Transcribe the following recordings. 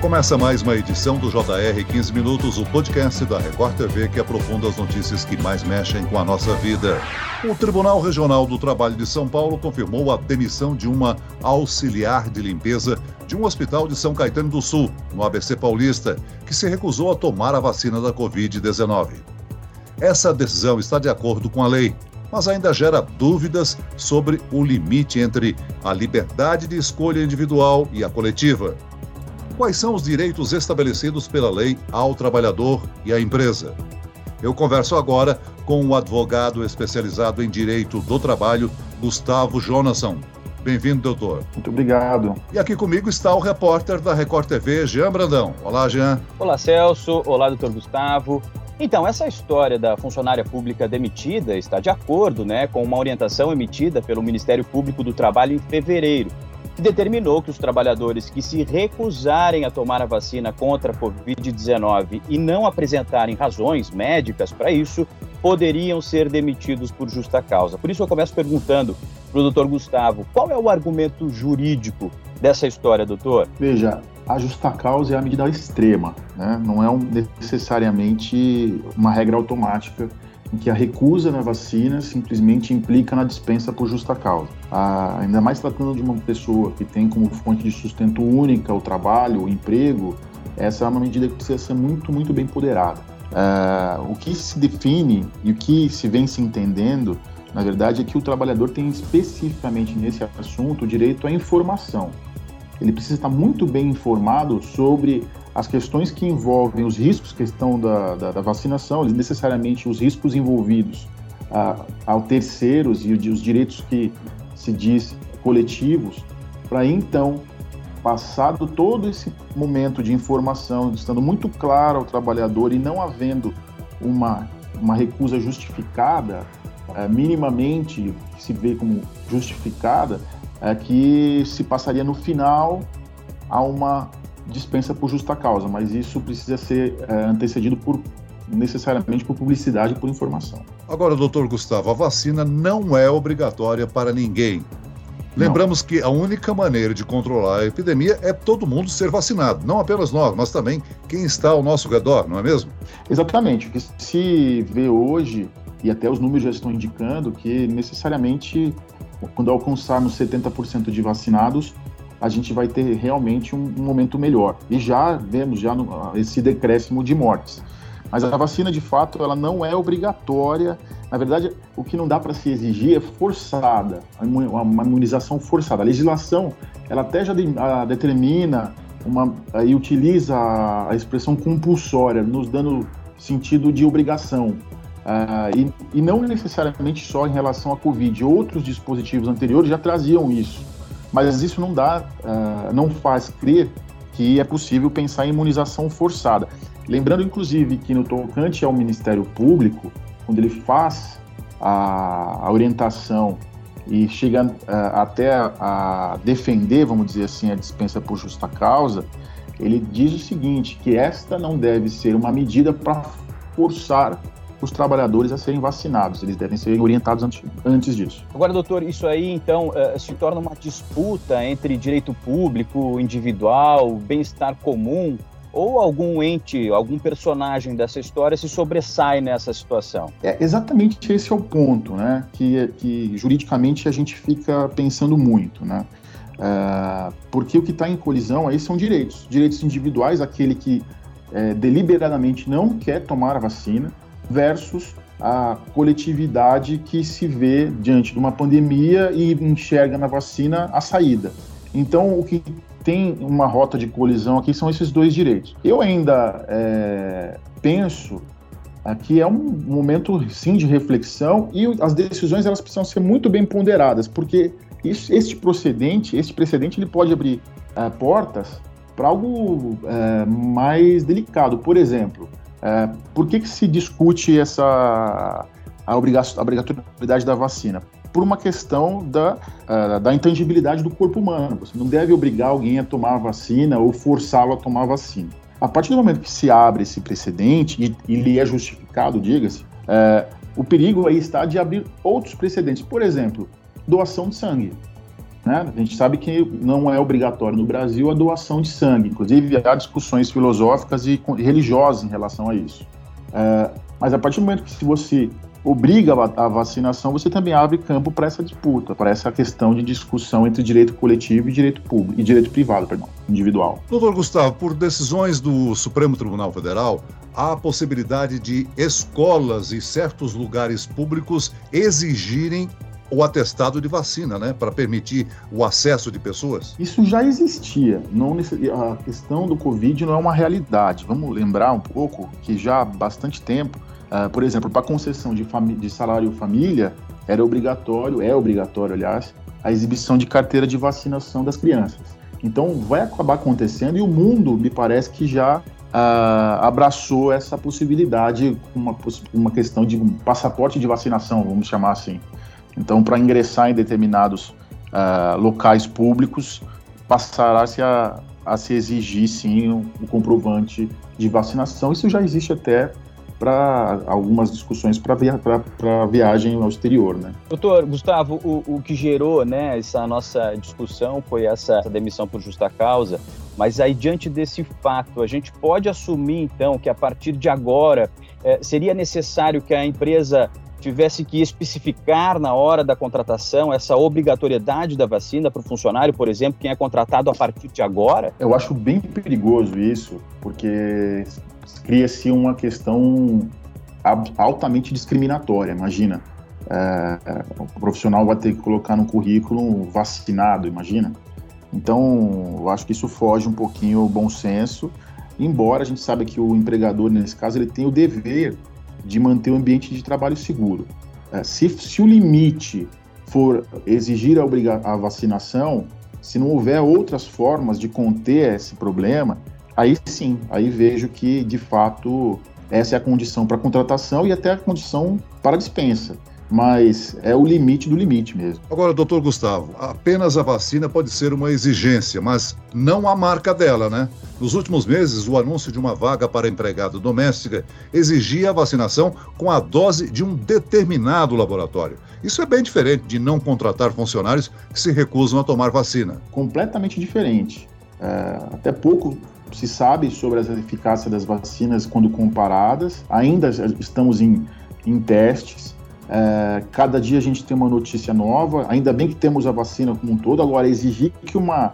Começa mais uma edição do JR 15 Minutos, o podcast da Record TV que aprofunda as notícias que mais mexem com a nossa vida. O Tribunal Regional do Trabalho de São Paulo confirmou a demissão de uma auxiliar de limpeza de um hospital de São Caetano do Sul, no ABC Paulista, que se recusou a tomar a vacina da Covid-19. Essa decisão está de acordo com a lei, mas ainda gera dúvidas sobre o limite entre a liberdade de escolha individual e a coletiva. Quais são os direitos estabelecidos pela lei ao trabalhador e à empresa? Eu converso agora com o advogado especializado em Direito do Trabalho, Gustavo Jonasson. Bem-vindo, doutor. Muito obrigado. E aqui comigo está o repórter da Record TV, Jean Brandão. Olá, Jean. Olá, Celso. Olá, doutor Gustavo. Então, essa história da funcionária pública demitida está de acordo, com uma orientação emitida pelo Ministério Público do Trabalho em fevereiro, que determinou que os trabalhadores que se recusarem a tomar a vacina contra a Covid-19 e não apresentarem razões médicas para isso, poderiam ser demitidos por justa causa. Por isso eu começo perguntando para o doutor Gustavo, qual é o argumento jurídico dessa história, doutor? Veja, a justa causa é a medida extrema, não é necessariamente uma regra automática em que a recusa na vacina simplesmente implica na dispensa por justa causa. Ainda mais tratando de uma pessoa que tem como fonte de sustento única o trabalho, o emprego, essa é uma medida que precisa ser muito, muito bem ponderada. O que se define e o que se vem se entendendo, na verdade, é que o trabalhador tem especificamente nesse assunto o direito à informação. Ele precisa estar muito bem informado sobre as questões que envolvem os riscos, questão da vacinação, necessariamente os riscos envolvidos ao terceiros e os direitos que se diz coletivos, para então, passado todo esse momento de informação, estando muito claro ao trabalhador e não havendo uma recusa justificada, minimamente que se vê como justificada, que se passaria no final a uma dispensa por justa causa, mas isso precisa ser antecedido necessariamente por publicidade e por informação. Agora, doutor Gustavo, a vacina não é obrigatória para ninguém. Lembramos que a única maneira de controlar a epidemia é todo mundo ser vacinado, não apenas nós, mas também quem está ao nosso redor, não é mesmo? Exatamente, o que se vê hoje, e até os números já estão indicando, que necessariamente, quando alcançarmos 70% de vacinados, a gente vai ter realmente um momento melhor. E já vemos esse decréscimo de mortes. Mas a vacina, de fato, ela não é obrigatória. Na verdade, o que não dá para se exigir é forçada, uma imunização forçada. A legislação, ela até já determina e utiliza a expressão compulsória, nos dando sentido de obrigação. E não necessariamente só em relação à Covid. Outros dispositivos anteriores já traziam isso. Mas isso não faz crer que é possível pensar em imunização forçada. Lembrando, inclusive, que no tocante ao Ministério Público, quando ele faz a orientação e chega até a defender, vamos dizer assim, a dispensa por justa causa, ele diz o seguinte, que esta não deve ser uma medida para forçar os trabalhadores a serem vacinados, eles devem ser orientados antes disso. Agora, doutor, isso aí, então, se torna uma disputa entre direito público, individual, bem-estar comum, ou algum ente, algum personagem dessa história se sobressai nessa situação? Exatamente esse é o ponto, que juridicamente a gente fica pensando muito, porque o que está em colisão aí são direitos individuais, aquele que deliberadamente não quer tomar a vacina, versus a coletividade que se vê diante de uma pandemia e enxerga na vacina a saída. Então, o que tem uma rota de colisão aqui são esses dois direitos. Eu ainda penso que é um momento, sim, de reflexão e as decisões elas precisam ser muito bem ponderadas, porque este precedente ele pode abrir portas para algo mais delicado. Por exemplo, por que se discute a obrigatoriedade da vacina? Por uma questão da intangibilidade do corpo humano. Você não deve obrigar alguém a tomar a vacina ou forçá-lo a tomar a vacina. A partir do momento que se abre esse precedente, e ele é justificado, diga-se, o perigo aí está de abrir outros precedentes. Por exemplo, doação de sangue. né? A gente sabe que não é obrigatório no Brasil a doação de sangue, inclusive há discussões filosóficas e religiosas em relação a isso. Mas a partir do momento que se você obriga a vacinação, você também abre campo para essa disputa, para essa questão de discussão entre direito coletivo e direito público, e direito privado, individual. Doutor Gustavo, por decisões do Supremo Tribunal Federal, há a possibilidade de escolas e certos lugares públicos exigirem o atestado de vacina, né, para permitir o acesso de pessoas? Isso já existia. A questão do Covid não é uma realidade. Vamos lembrar um pouco que já há bastante tempo, por exemplo, para concessão de salário família, é obrigatório, aliás, a exibição de carteira de vacinação das crianças. Então, vai acabar acontecendo e o mundo, me parece que já abraçou essa possibilidade, uma questão de um passaporte de vacinação, vamos chamar assim. Então, para ingressar em determinados locais públicos, passará-se a se exigir, sim, o comprovante de vacinação. Isso já existe até para algumas discussões para viagem ao exterior, né? Doutor Gustavo, o que gerou, né, essa nossa discussão foi essa demissão por justa causa, mas aí, diante desse fato, a gente pode assumir, então, que a partir de agora seria necessário que a empresa tivesse que especificar na hora da contratação essa obrigatoriedade da vacina para o funcionário, por exemplo, quem é contratado a partir de agora? Eu acho bem perigoso isso, porque cria-se uma questão altamente discriminatória. Imagina, o profissional vai ter que colocar no currículo vacinado, imagina. Então, eu acho que isso foge um pouquinho ao bom senso, embora a gente saiba que o empregador, nesse caso, ele tem o dever de manter o ambiente de trabalho seguro. Se o limite for exigir a vacinação, se não houver outras formas de conter esse problema, aí sim, aí vejo que, de fato, essa é a condição para contratação e até a condição para dispensa. Mas é o limite do limite mesmo. Agora, doutor Gustavo, apenas a vacina pode ser uma exigência, mas não a marca dela, né? Nos últimos meses, o anúncio de uma vaga para empregada doméstica exigia a vacinação com a dose de um determinado laboratório. Isso é bem diferente de não contratar funcionários que se recusam a tomar vacina. Completamente diferente. Até pouco se sabe sobre a eficácia das vacinas quando comparadas. Ainda estamos em testes. Cada dia a gente tem uma notícia nova, ainda bem que temos a vacina como um todo. Agora, exigir que uma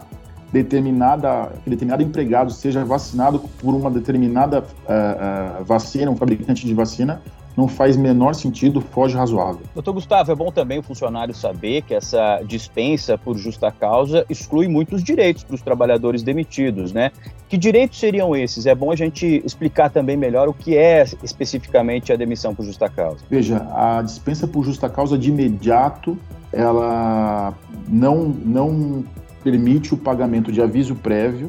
determinado empregado seja vacinado por uma determinada vacina, um fabricante de vacina, não faz menor sentido, foge razoável. Doutor Gustavo, é bom também o funcionário saber que essa dispensa por justa causa exclui muitos direitos para os trabalhadores demitidos, né? Que direitos seriam esses? É bom a gente explicar também melhor o que é especificamente a demissão por justa causa. Veja, a dispensa por justa causa de imediato, ela não permite o pagamento de aviso prévio,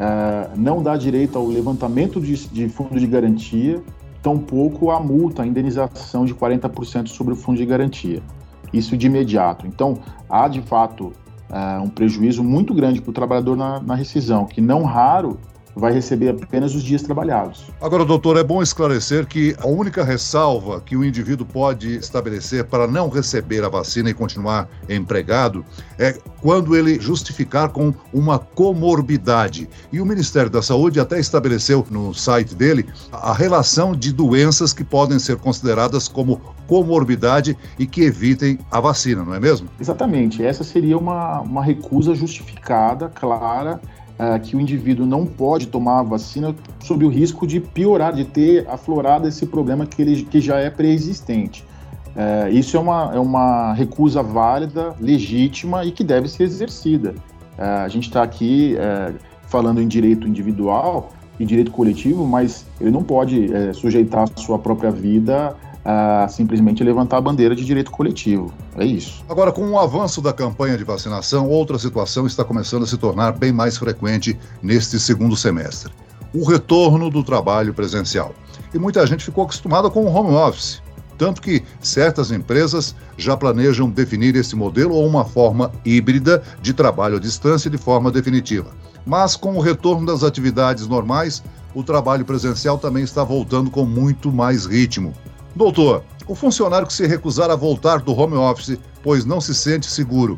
não dá direito ao levantamento de fundo de garantia, tampouco a multa, a indenização de 40% sobre o fundo de garantia. Isso de imediato. Então, há de fato um prejuízo muito grande para o trabalhador na rescisão, que não raro vai receber apenas os dias trabalhados. Agora, doutor, é bom esclarecer que a única ressalva que o indivíduo pode estabelecer para não receber a vacina e continuar empregado é quando ele justificar com uma comorbidade. E o Ministério da Saúde até estabeleceu no site dele a relação de doenças que podem ser consideradas como comorbidade e que evitem a vacina, não é mesmo? Exatamente. Essa seria uma recusa justificada, clara, que o indivíduo não pode tomar a vacina sob o risco de piorar, de ter aflorado esse problema que já é pré-existente. Isso é uma recusa válida, legítima e que deve ser exercida. A gente está aqui falando em direito individual e direito coletivo, mas ele não pode sujeitar a sua própria vida a simplesmente levantar a bandeira de direito coletivo. É isso. Agora, com o avanço da campanha de vacinação, outra situação está começando a se tornar bem mais frequente neste segundo semestre. O retorno do trabalho presencial. E muita gente ficou acostumada com o home office, tanto que certas empresas já planejam definir esse modelo ou uma forma híbrida de trabalho à distância de forma definitiva. Mas com o retorno das atividades normais, o trabalho presencial também está voltando com muito mais ritmo. Doutor, o funcionário que se recusar a voltar do home office, pois não se sente seguro,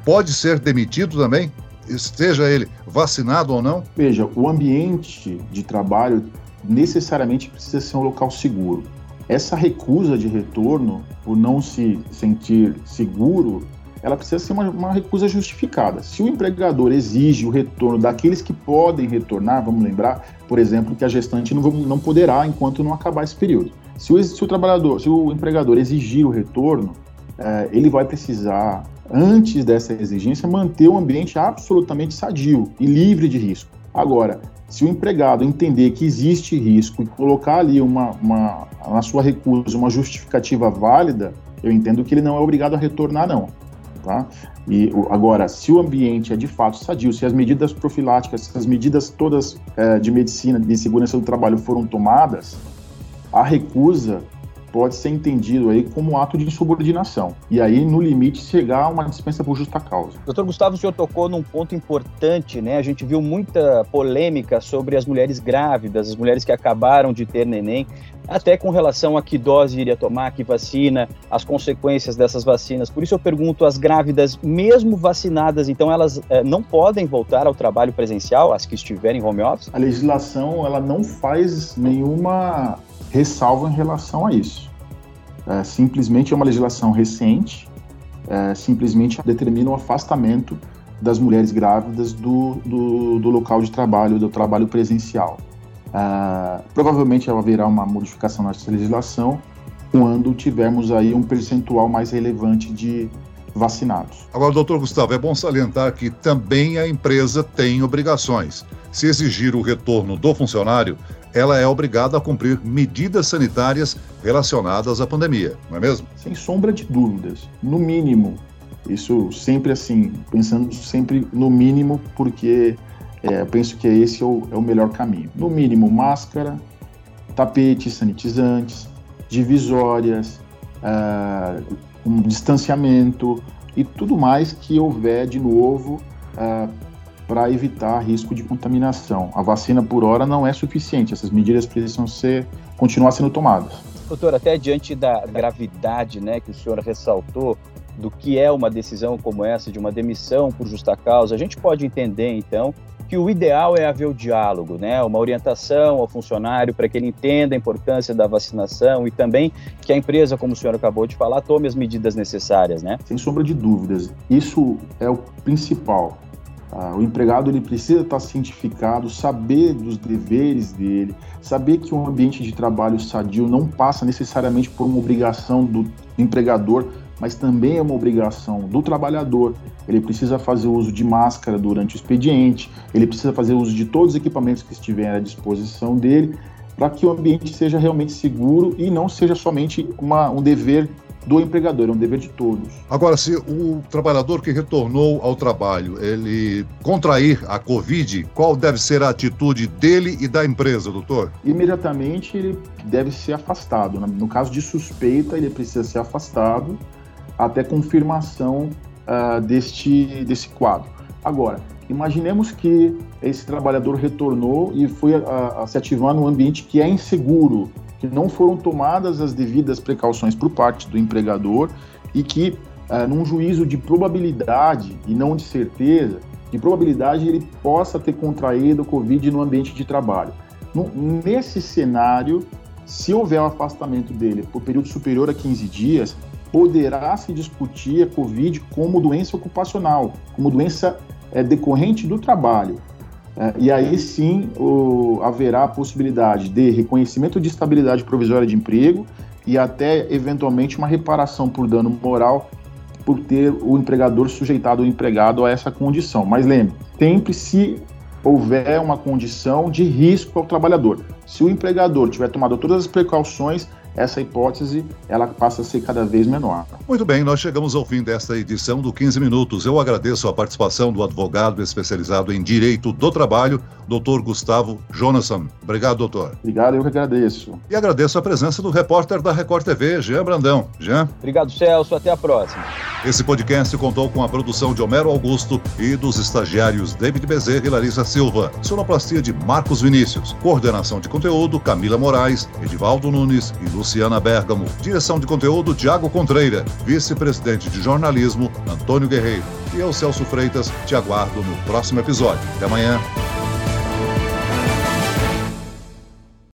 pode ser demitido também, esteja ele vacinado ou não? Veja, o ambiente de trabalho necessariamente precisa ser um local seguro. Essa recusa de retorno, por não se sentir seguro, ela precisa ser uma recusa justificada. Se o empregador exige o retorno daqueles que podem retornar, vamos lembrar, por exemplo, que a gestante não poderá enquanto não acabar esse período. Se o empregador exigir o retorno, ele vai precisar, antes dessa exigência, manter o ambiente absolutamente sadio e livre de risco. Agora, se o empregado entender que existe risco e colocar ali na sua recusa uma justificativa válida, eu entendo que ele não é obrigado a retornar, não. Tá? E agora, se o ambiente é de fato sadio, se as medidas profiláticas, se as medidas todas de medicina, de segurança do trabalho foram tomadas, a recusa pode ser entendido aí como ato de insubordinação. E aí, no limite, chegar a uma dispensa por justa causa. Doutor Gustavo, o senhor tocou num ponto importante, né? A gente viu muita polêmica sobre as mulheres grávidas, as mulheres que acabaram de ter neném, até com relação a que dose iria tomar, que vacina, as consequências dessas vacinas. Por isso eu pergunto, as grávidas, mesmo vacinadas, então elas não podem voltar ao trabalho presencial, as que estiverem em home office? A legislação, ela não faz nenhuma ressalva em relação a isso. Simplesmente é uma legislação recente, simplesmente determina o afastamento das mulheres grávidas do local de trabalho, do trabalho presencial. Provavelmente haverá uma modificação nessa legislação quando tivermos aí um percentual mais relevante de vacinados. Agora, doutor Gustavo, é bom salientar que também a empresa tem obrigações. Se exigir o retorno do funcionário, ela é obrigada a cumprir medidas sanitárias relacionadas à pandemia, não é mesmo? Sem sombra de dúvidas. No mínimo, isso sempre assim, pensando sempre no mínimo, porque eu penso que esse é o melhor caminho. No mínimo, máscara, tapetes sanitizantes, divisórias, um distanciamento e tudo mais que houver de novo para evitar risco de contaminação. A vacina por hora não é suficiente, essas medidas precisam continuar sendo tomadas. Doutor, até diante da gravidade, né, que o senhor ressaltou, do que é uma decisão como essa, de uma demissão por justa causa, a gente pode entender, então, que o ideal é haver o diálogo, né, uma orientação ao funcionário para que ele entenda a importância da vacinação e também que a empresa, como o senhor acabou de falar, tome as medidas necessárias, né? Sem sombra de dúvidas, isso é o principal. O empregado ele precisa estar cientificado, saber dos deveres dele, saber que um ambiente de trabalho sadio não passa necessariamente por uma obrigação do empregador, mas também é uma obrigação do trabalhador. Ele precisa fazer uso de máscara durante o expediente, ele precisa fazer uso de todos os equipamentos que estiverem à disposição dele, para que o ambiente seja realmente seguro e não seja somente um dever do empregador, é um dever de todos. Agora, se o trabalhador que retornou ao trabalho, ele contrair a Covid, qual deve ser a atitude dele e da empresa, doutor? Imediatamente ele deve ser afastado. No caso de suspeita, ele precisa ser afastado até confirmação desse quadro. Agora, imaginemos que esse trabalhador retornou e foi a se ativar num ambiente que é inseguro, que não foram tomadas as devidas precauções por parte do empregador e que, num juízo de probabilidade e não de certeza, de probabilidade ele possa ter contraído o Covid no ambiente de trabalho. Nesse cenário, se houver o afastamento dele por período superior a 15 dias, poderá se discutir a Covid como doença ocupacional, como doença decorrente do trabalho. E aí sim haverá a possibilidade de reconhecimento de estabilidade provisória de emprego e até eventualmente uma reparação por dano moral por ter o empregador sujeitado o empregado a essa condição. Mas lembre, sempre se houver uma condição de risco ao trabalhador. Se o empregador tiver tomado todas as precauções, essa hipótese ela passa a ser cada vez menor. Muito bem, nós chegamos ao fim desta edição do 15 Minutos. Eu agradeço a participação do advogado especializado em Direito do Trabalho, Dr. Gustavo Jonasson. Obrigado, doutor. Obrigado, eu que agradeço. E agradeço a presença do repórter da Record TV, Jean Brandão. Jean? Obrigado, Celso. Até a próxima. Esse podcast contou com a produção de Homero Augusto e dos estagiários David Bezerra e Larissa Silva. Sonoplastia de Marcos Vinícius. Coordenação de conteúdo, Camila Moraes, Edivaldo Nunes e Luciana Bergamo. Direção de conteúdo, Tiago Contreira. Vice-presidente de jornalismo, Antônio Guerreiro. E eu, Celso Freitas, te aguardo no próximo episódio. Até amanhã.